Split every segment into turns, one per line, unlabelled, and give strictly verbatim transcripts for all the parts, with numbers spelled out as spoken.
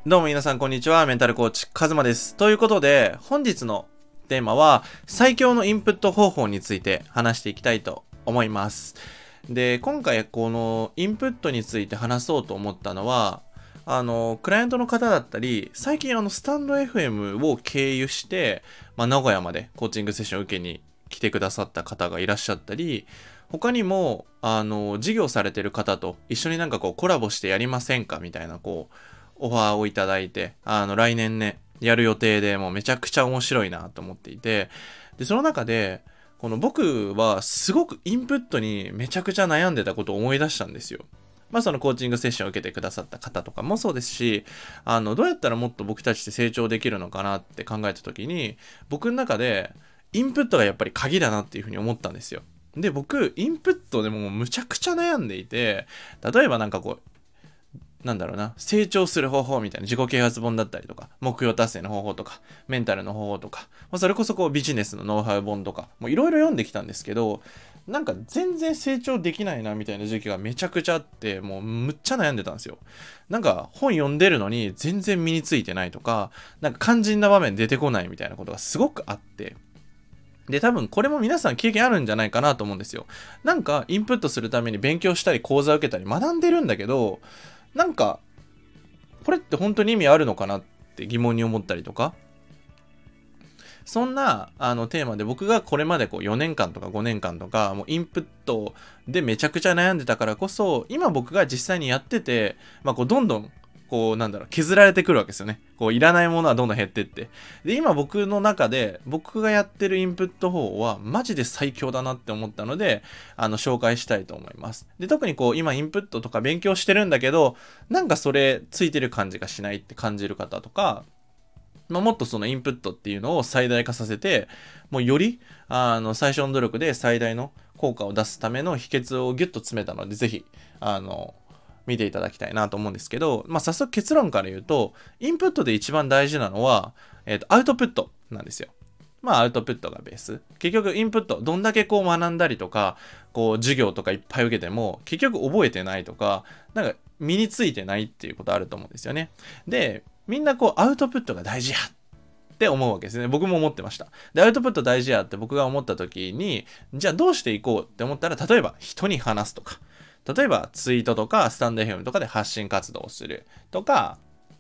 どうも皆さんこんにちは。メンタルコーチカズマです。ということで本日のテーマは最強のインプット方法について話していきたいと思います。で、今回このインプットについて話そうと思ったのは、あのクライアントの方だったり、最近あのスタンド エフエム を経由して、まあ、名古屋までコーチングセッションを受けに来てくださった方がいらっしゃったり、他にもあの事業されてる方と一緒になんかこうコラボしてやりませんかみたいなこうオファーをいただいて、あの来年ねやる予定で、もうめちゃくちゃ面白いなと思っていて、でその中でこの僕はすごくインプットにめちゃくちゃ悩んでたことを思い出したんですよ。まあそのコーチングセッションを受けてくださった方とかもそうですし、あのどうやったらもっと僕たちって成長できるのかなって考えた時に、僕の中でインプットがやっぱり鍵だなっていうふうに思ったんですよ。で、僕インプットでもむちゃくちゃ悩んでいて、例えばなんかこうなんだろうな、成長する方法みたいな自己啓発本だったりとか、目標達成の方法とか、メンタルの方法とか、まあ、それこそこうビジネスのノウハウ本とか、もういろいろ読んできたんですけど、なんか全然成長できないなみたいな時期がめちゃくちゃあって、もうむっちゃ悩んでたんですよ。なんか本読んでるのに全然身についてないとか、なんか肝心な場面出てこないみたいなことがすごくあって、で、多分これも皆さん経験あるんじゃないかなと思うんですよ。なんかインプットするために勉強したり講座を受けたり学んでるんだけど、なんかこれって本当に意味あるのかなって疑問に思ったりとか、そんなあのテーマで僕がこれまでこうよねんかんとかごねんかんとかもうインプットでめちゃくちゃ悩んでたからこそ、今僕が実際にやってて、まあこうどんどんこうなんだろう削られてくるわけですよね。こういらないものはどんどん減ってって、で今僕の中で僕がやってるインプット方法はマジで最強だなって思ったので、あの紹介したいと思います。で、特にこう今インプットとか勉強してるんだけど、なんかそれついてる感じがしないって感じる方とか、まあ、もっとそのインプットっていうのを最大化させて、もうよりあの最初の努力で最大の効果を出すための秘訣をギュッと詰めたので、ぜひあの見ていただきたいなと思うんですけど、まあ、早速結論から言うと、インプットで一番大事なのは、えーと、アウトプットなんですよ。まあアウトプットがベース。結局インプット、どんだけこう学んだりとか、こう授業とかいっぱい受けても、結局覚えてないとか、なんか身についてないっていうことあると思うんですよね。で、みんなこうアウトプットが大事やって思うわけですね。僕も思ってました。で、アウトプット大事やって僕が思った時に、じゃあどうしていこうって思ったら、例えば人に話すとか、例えばツイートとかスタンド エフエム とかで発信活動をするとか、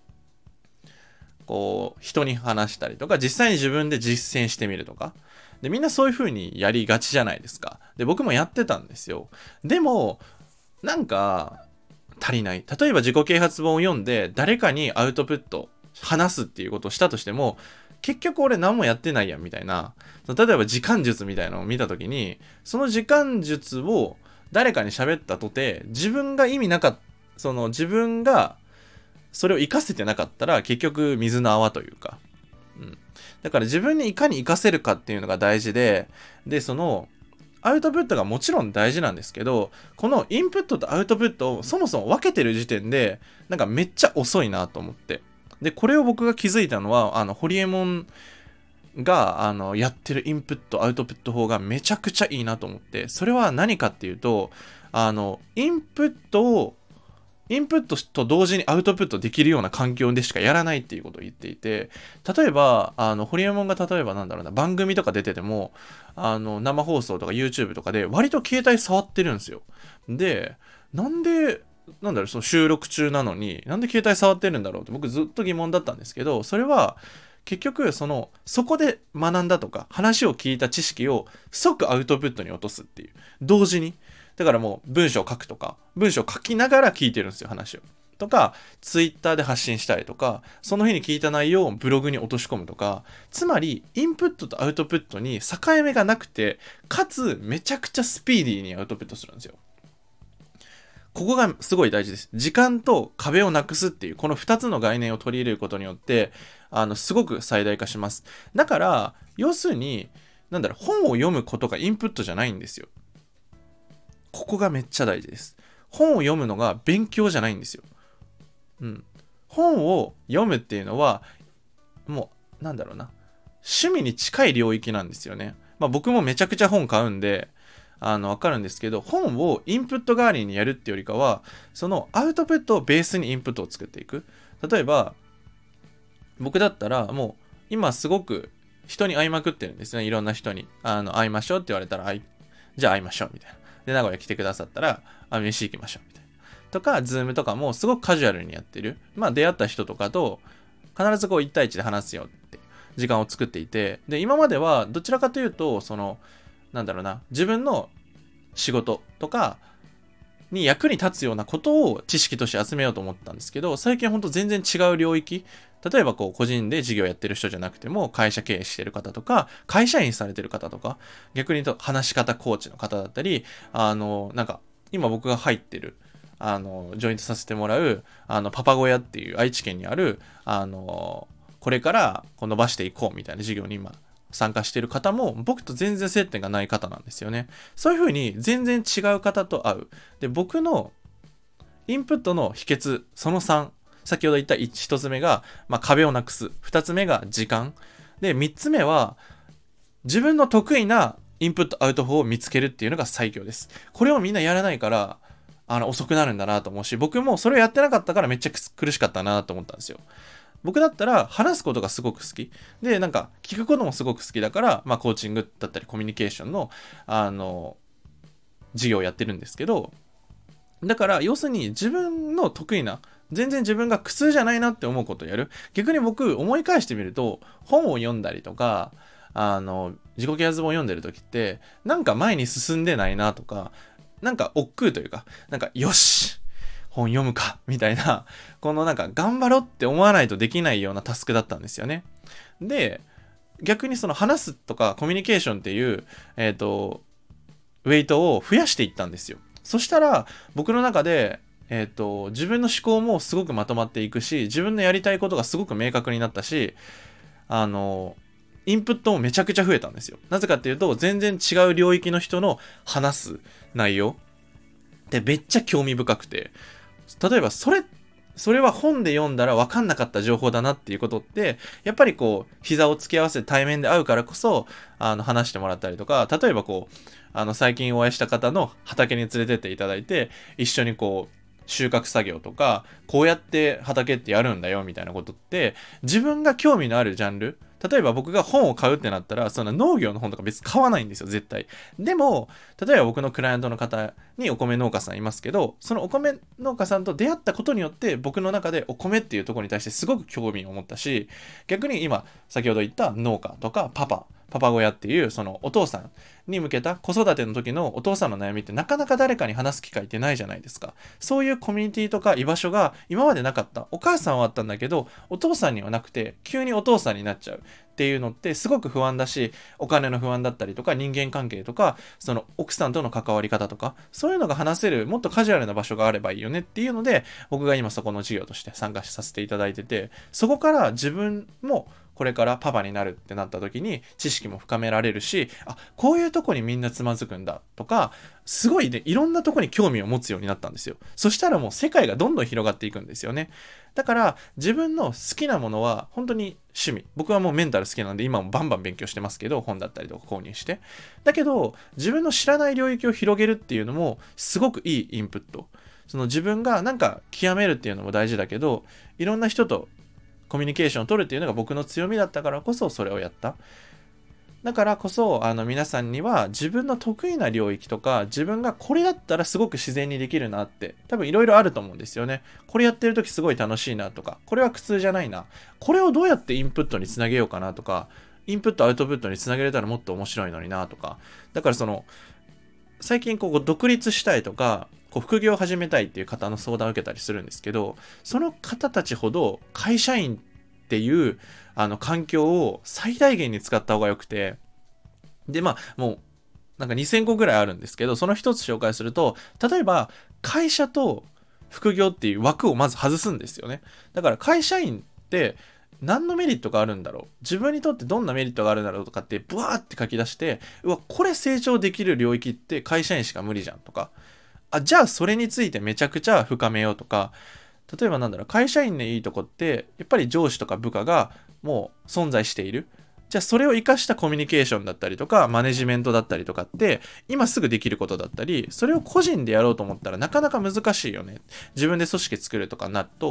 こう人に話したりとか、実際に自分で実践してみるとか、でみんなそういう風にやりがちじゃないですか。で僕もやってたんですよ。でもなんか足りない。例えば自己啓発本を読んで誰かにアウトプット話すっていうことをしたとしても、結局俺何もやってないやんみたいな、例えば時間術みたいなのを見た時に、その時間術を誰かに喋ったとて、自分が意味なかった、その自分がそれを活かせてなかったら結局水の泡というか、うん、だから自分にいかに活かせるかっていうのが大事で、でそのアウトプットがもちろん大事なんですけど、このインプットとアウトプットをそもそも分けてる時点でなんかめっちゃ遅いなと思って、でこれを僕が気づいたのは、あのホリエモンがあのやってるインプットアウトプット法がめちゃくちゃいいなと思って、それは何かっていうと、あのインプットをインプットと同時にアウトプットできるような環境でしかやらないっていうことを言っていて、例えばあのホリエモンが例えばなんだろうな、番組とか出てても、あの生放送とか YouTube とかで割と携帯触ってるんですよ。でなんでなんだろう、その収録中なのになんで携帯触ってるんだろうって僕ずっと疑問だったんですけど、それは結局そのそこで学んだとか話を聞いた知識を即アウトプットに落とすっていう、同時に。だからもう文章を書くとか、文章を書きながら聞いてるんですよ、話を。とか、ツイッターで発信したりとか、その日に聞いた内容をブログに落とし込むとか、つまり、インプットとアウトプットに境目がなくて、かつ、めちゃくちゃスピーディーにアウトプットするんですよ。ここがすごい大事です。時間と壁をなくすっていう、このふたつの概念を取り入れることによって、あの、すごく最大化します。だから、要するに、なんだろう、本を読むことがインプットじゃないんですよ。ここがめっちゃ大事です。本を読むのが勉強じゃないんですよ。うん。本を読むっていうのは、もう、なんだろうな。趣味に近い領域なんですよね。まあ僕もめちゃくちゃ本買うんで、あの、わかるんですけど、本をインプット代わりにやるってよりかは、そのアウトプットをベースにインプットを作っていく。例えば、 僕だったらもう今すごく人に会いまくってるんですね。いろんな人に。あの、会いましょうって言われたら、会い、じゃあ会いましょうみたいな。で、名古屋来てくださったら、あ、飯行きましょうみたいな。とか、ズームとかもすごくカジュアルにやってる。まあ出会った人とかと必ずこう一対一で話すよって時間を作っていて、で、今まではどちらかというと、その、なんだろうな、自分の仕事とかに役に立つようなことを知識として集めようと思ったんですけど、最近ほんと全然違う領域、例えばこう個人で事業やってる人じゃなくても会社経営してる方とか会社員されてる方とか、逆に言うと話し方コーチの方だったり、あのなんか今僕が入ってるあのジョイントさせてもらうあのパパ小屋っていう愛知県にあるあのこれからこう伸ばしていこうみたいな事業に今参加している方も僕と全然接点がない方なんですよね。そういう風に全然違う方と会う。で、僕のインプットの秘訣そのさん、先ほど言ったひとつめが、まあ、壁をなくす、ふたつめが時間で、みっつめは自分の得意なインプットアウト法を見つけるっていうのが最強です。これをみんなやらないからあの遅くなるんだなと思うし、僕もそれをやってなかったからめっちゃ苦しかったなと思ったんですよ。僕だったら話すことがすごく好きで、なんか聞くこともすごく好きだから、まあコーチングだったりコミュニケーションのあの事業をやってるんですけど、だから要するに自分の得意な、全然自分が苦痛じゃないなって思うことをやる。逆に僕思い返してみると、本を読んだりとかあの自己啓発本を読んでる時ってなんか前に進んでないなとか、なんか億劫というか、なんかよし本読むかみたいな、このなんか頑張ろうって思わないとできないようなタスクだったんですよね。で、逆にその話すとかコミュニケーションっていう、えっと、ウェイトを増やしていったんですよ。そしたら僕の中で、えっと、自分の思考もすごくまとまっていくし、自分のやりたいことがすごく明確になったし、あの、インプットもめちゃくちゃ増えたんですよ。なぜかっていうと、全然違う領域の人の話す内容ってめっちゃ興味深くて、例えばそれそれは本で読んだら分かんなかった情報だなっていうことって、やっぱりこう膝を突き合わせて対面で会うからこそあの話してもらったりとか、例えばこうあの最近お会いした方の畑に連れてっていただいて、一緒にこう収穫作業とか、こうやって畑ってやるんだよみたいなことって、自分が興味のあるジャンル、例えば僕が本を買うってなったら、その農業の本とか別に買わないんですよ、絶対。でも、例えば僕のクライアントの方にお米農家さんいますけど、そのお米農家さんと出会ったことによって、僕の中でお米っていうところに対してすごく興味を持ったし、逆に今、先ほど言った農家とかパパ、パパ小屋っていうそのお父さんに向けた子育ての時のお父さんの悩みってなかなか誰かに話す機会ってないじゃないですか。そういうコミュニティとか居場所が今までなかった。お母さんはあったんだけど、お父さんにはなくて急にお父さんになっちゃうっていうのってすごく不安だし、お金の不安だったりとか人間関係とか、その奥さんとの関わり方とか、そういうのが話せるもっとカジュアルな場所があればいいよねっていうので、僕が今そこの授業として参加させていただいてて、そこから自分もこれからパパになるってなった時に知識も深められるし、あ、こういうとこにみんなつまずくんだとか、すごいね、いろんなとこに興味を持つようになったんですよ。そしたらもう世界がどんどん広がっていくんですよね。だから自分の好きなものは本当に趣味。僕はもうメンタル好きなんで今もバンバン勉強してますけど、本だったりとか購入して。だけど自分の知らない領域を広げるっていうのもすごくいいインプット。その自分がなんか極めるっていうのも大事だけど、いろんな人とコミュニケーションを取るっていうのが僕の強みだったからこそそれをやった。だからこそあの皆さんには自分の得意な領域とか、自分がこれだったらすごく自然にできるなって多分いろいろあると思うんですよね。これやってる時すごい楽しいなとか、これは苦痛じゃないな、これをどうやってインプットにつなげようかなとか、インプットアウトプットにつなげれたらもっと面白いのになとか。だからその最近こう独立したいとかこう副業を始めたいっていう方の相談を受けたりするんですけど、その方たちほど会社員っていうあの環境を最大限に使った方がよくて、でまあもうなんかにせんこぐらいあるんですけど、その一つ紹介すると、例えば会社と副業っていう枠をまず外すんですよね。だから会社員って何のメリットがあるんだろう、自分にとってどんなメリットがあるんだろうとかってブワーって書き出して、うわこれ成長できる領域って会社員しか無理じゃんとか、あじゃあそれについてめちゃくちゃ深めようとか、例えばなんだろう、会社員のいいとこってやっぱり上司とか部下がもう存在している。じゃあそれを活かしたコミュニケーションだったりとかマネジメントだったりとかって今すぐできることだったり、それを個人でやろうと思ったらなかなか難しいよね。自分で組織作るとかなると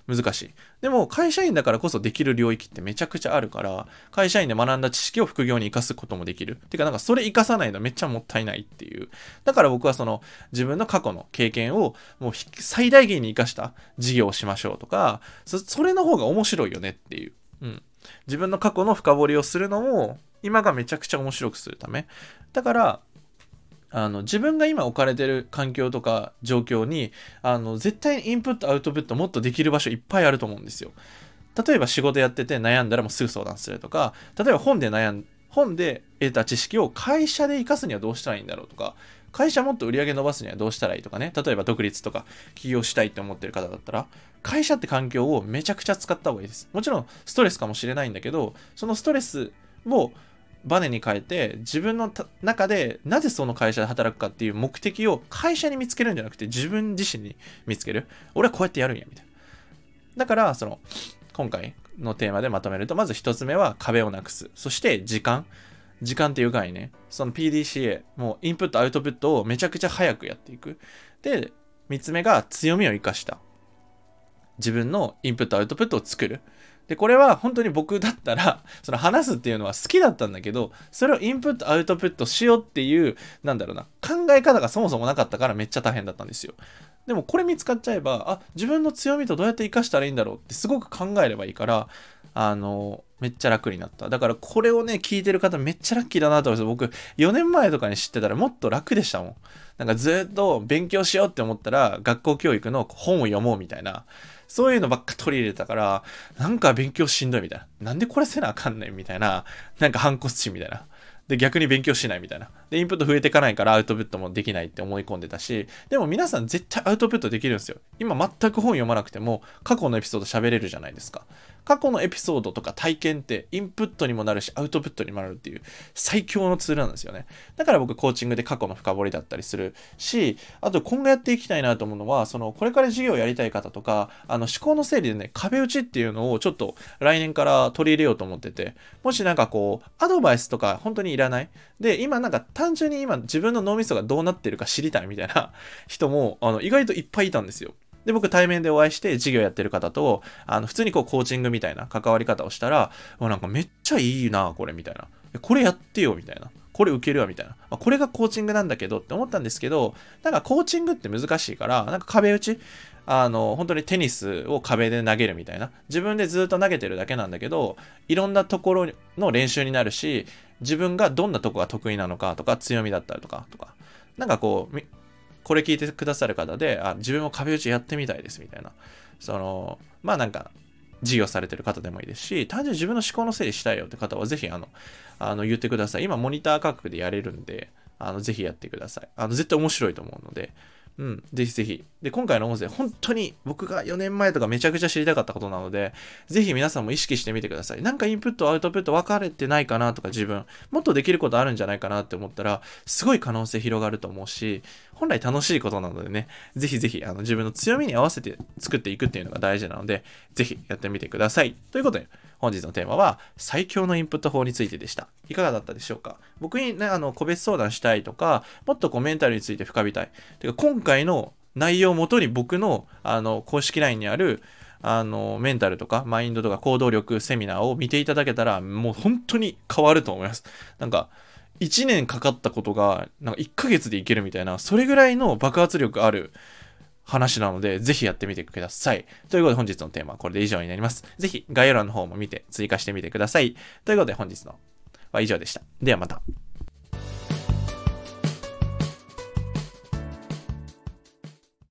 難しい。でも会社員だからこそできる領域ってめちゃくちゃあるから、会社員で学んだ知識を副業に活かすこともできる。てかなんかそれ活かさないのめっちゃもったいないっていう。だから僕はその自分の過去の経験をもう最大限に活かした事業をしましょうとか、そ, それの方が面白いよねっていう。うん。自分の過去の深掘りをするのも今がめちゃくちゃ面白くするため。だから、あの自分が今置かれてる環境とか状況にあの絶対にインプットアウトプットもっとできる場所いっぱいあると思うんですよ。例えば仕事やってて悩んだらもうすぐ相談するとか、例えば本で悩ん本で得た知識を会社で活かすにはどうしたらいいんだろうとか、会社もっと売り上げ伸ばすにはどうしたらいいとかね、例えば独立とか起業したいって思ってる方だったら会社って環境をめちゃくちゃ使った方がいいです。もちろんストレスかもしれないんだけど、そのストレスをバネに変えて自分の中でなぜその会社で働くかっていう目的を会社に見つけるんじゃなくて自分自身に見つける。俺はこうやってやるんやみたいな。だからその今回のテーマでまとめると、まず一つ目は壁をなくす。そして時間時間っていう概念、その ピーディーシーエー もうインプットアウトプットをめちゃくちゃ早くやっていく。で三つ目が強みを生かした自分のインプットアウトプットを作る。で、これは本当に僕だったら、その話すっていうのは好きだったんだけど、それをインプット、アウトプットしようっていう、なんだろうな、考え方がそもそもなかったからめっちゃ大変だったんですよ。でもこれ見つかっちゃえば、あ、自分の強みとどうやって活かしたらいいんだろうってすごく考えればいいから、あの、めっちゃ楽になった。だからこれをね、聞いてる方めっちゃラッキーだなと思います。僕、よねんまえとかに知ってたらもっと楽でしたもん。なんかずっと勉強しようって思ったら、学校教育の本を読もうみたいな。そういうのばっか取り入れたから、なんか勉強しんどいみたいな。なんでこれせなあかんねんみたいな。なんか反骨心みたいな。で、逆に勉強しないみたいな。で、インプット増えていかないからアウトプットもできないって思い込んでたし、でも皆さん絶対アウトプットできるんですよ。今全く本読まなくても過去のエピソード喋れるじゃないですか。過去のエピソードとか体験ってインプットにもなるしアウトプットにもなるっていう最強のツールなんですよね。だから僕コーチングで過去の深掘りだったりするし、あと今後やっていきたいなと思うのは、そのこれから授業をやりたい方とか、あの思考の整理でね、壁打ちっていうのをちょっと来年から取り入れようと思ってて、もしなんかこうアドバイスとか本当にいらない。で、今なんか単純に今自分の脳みそがどうなってるか知りたいみたいな人もあの意外といっぱいいたんですよ。で、僕対面でお会いして授業やってる方と、あの、普通にこうコーチングみたいな関わり方をしたら、なんかめっちゃいいな、これみたいな。これやってよ、みたいな。これ受けるわ、みたいな。これがコーチングなんだけどって思ったんですけど、なんかコーチングって難しいから、なんか壁打ちあの、本当にテニスを壁で投げるみたいな。自分でずっと投げてるだけなんだけど、いろんなところの練習になるし、自分がどんなとこが得意なのかとか、強みだったりとか、とか。なんかこう、これ聞いてくださる方で、あ、自分も壁打ちやってみたいですみたいな。その、まあなんか、事業されてる方でもいいですし、単純に自分の思考の整理したいよって方はぜひ、あの、あの言ってください。今、モニター価格でやれるんで、あの、ぜひやってください。あの、絶対面白いと思うので、うん、ぜひぜひ。で、今回の音声、本当に僕がよねんまえとかめちゃくちゃ知りたかったことなので、ぜひ皆さんも意識してみてください。なんかインプット、アウトプット分かれてないかなとか自分、もっとできることあるんじゃないかなって思ったら、すごい可能性広がると思うし、本来楽しいことなのでね、ぜひぜひあの自分の強みに合わせて作っていくっていうのが大事なので、ぜひやってみてください。ということで、本日のテーマは最強のインプット法についてでした。いかがだったでしょうか？僕にね、あの個別相談したいとか、もっとこうメンタルについて深みたい。てか今回の内容をもとに僕のあの公式 ライン にあるあのメンタルとかマインドとか行動力セミナーを見ていただけたらもう本当に変わると思います。なんかいちねんかかったことがなんかいっかげつでいけるみたいな、それぐらいの爆発力ある話なので、ぜひやってみてください。ということで本日のテーマはこれで以上になります。ぜひ概要欄の方も見て追加してみてください。ということで本日のは以上でした。ではまた。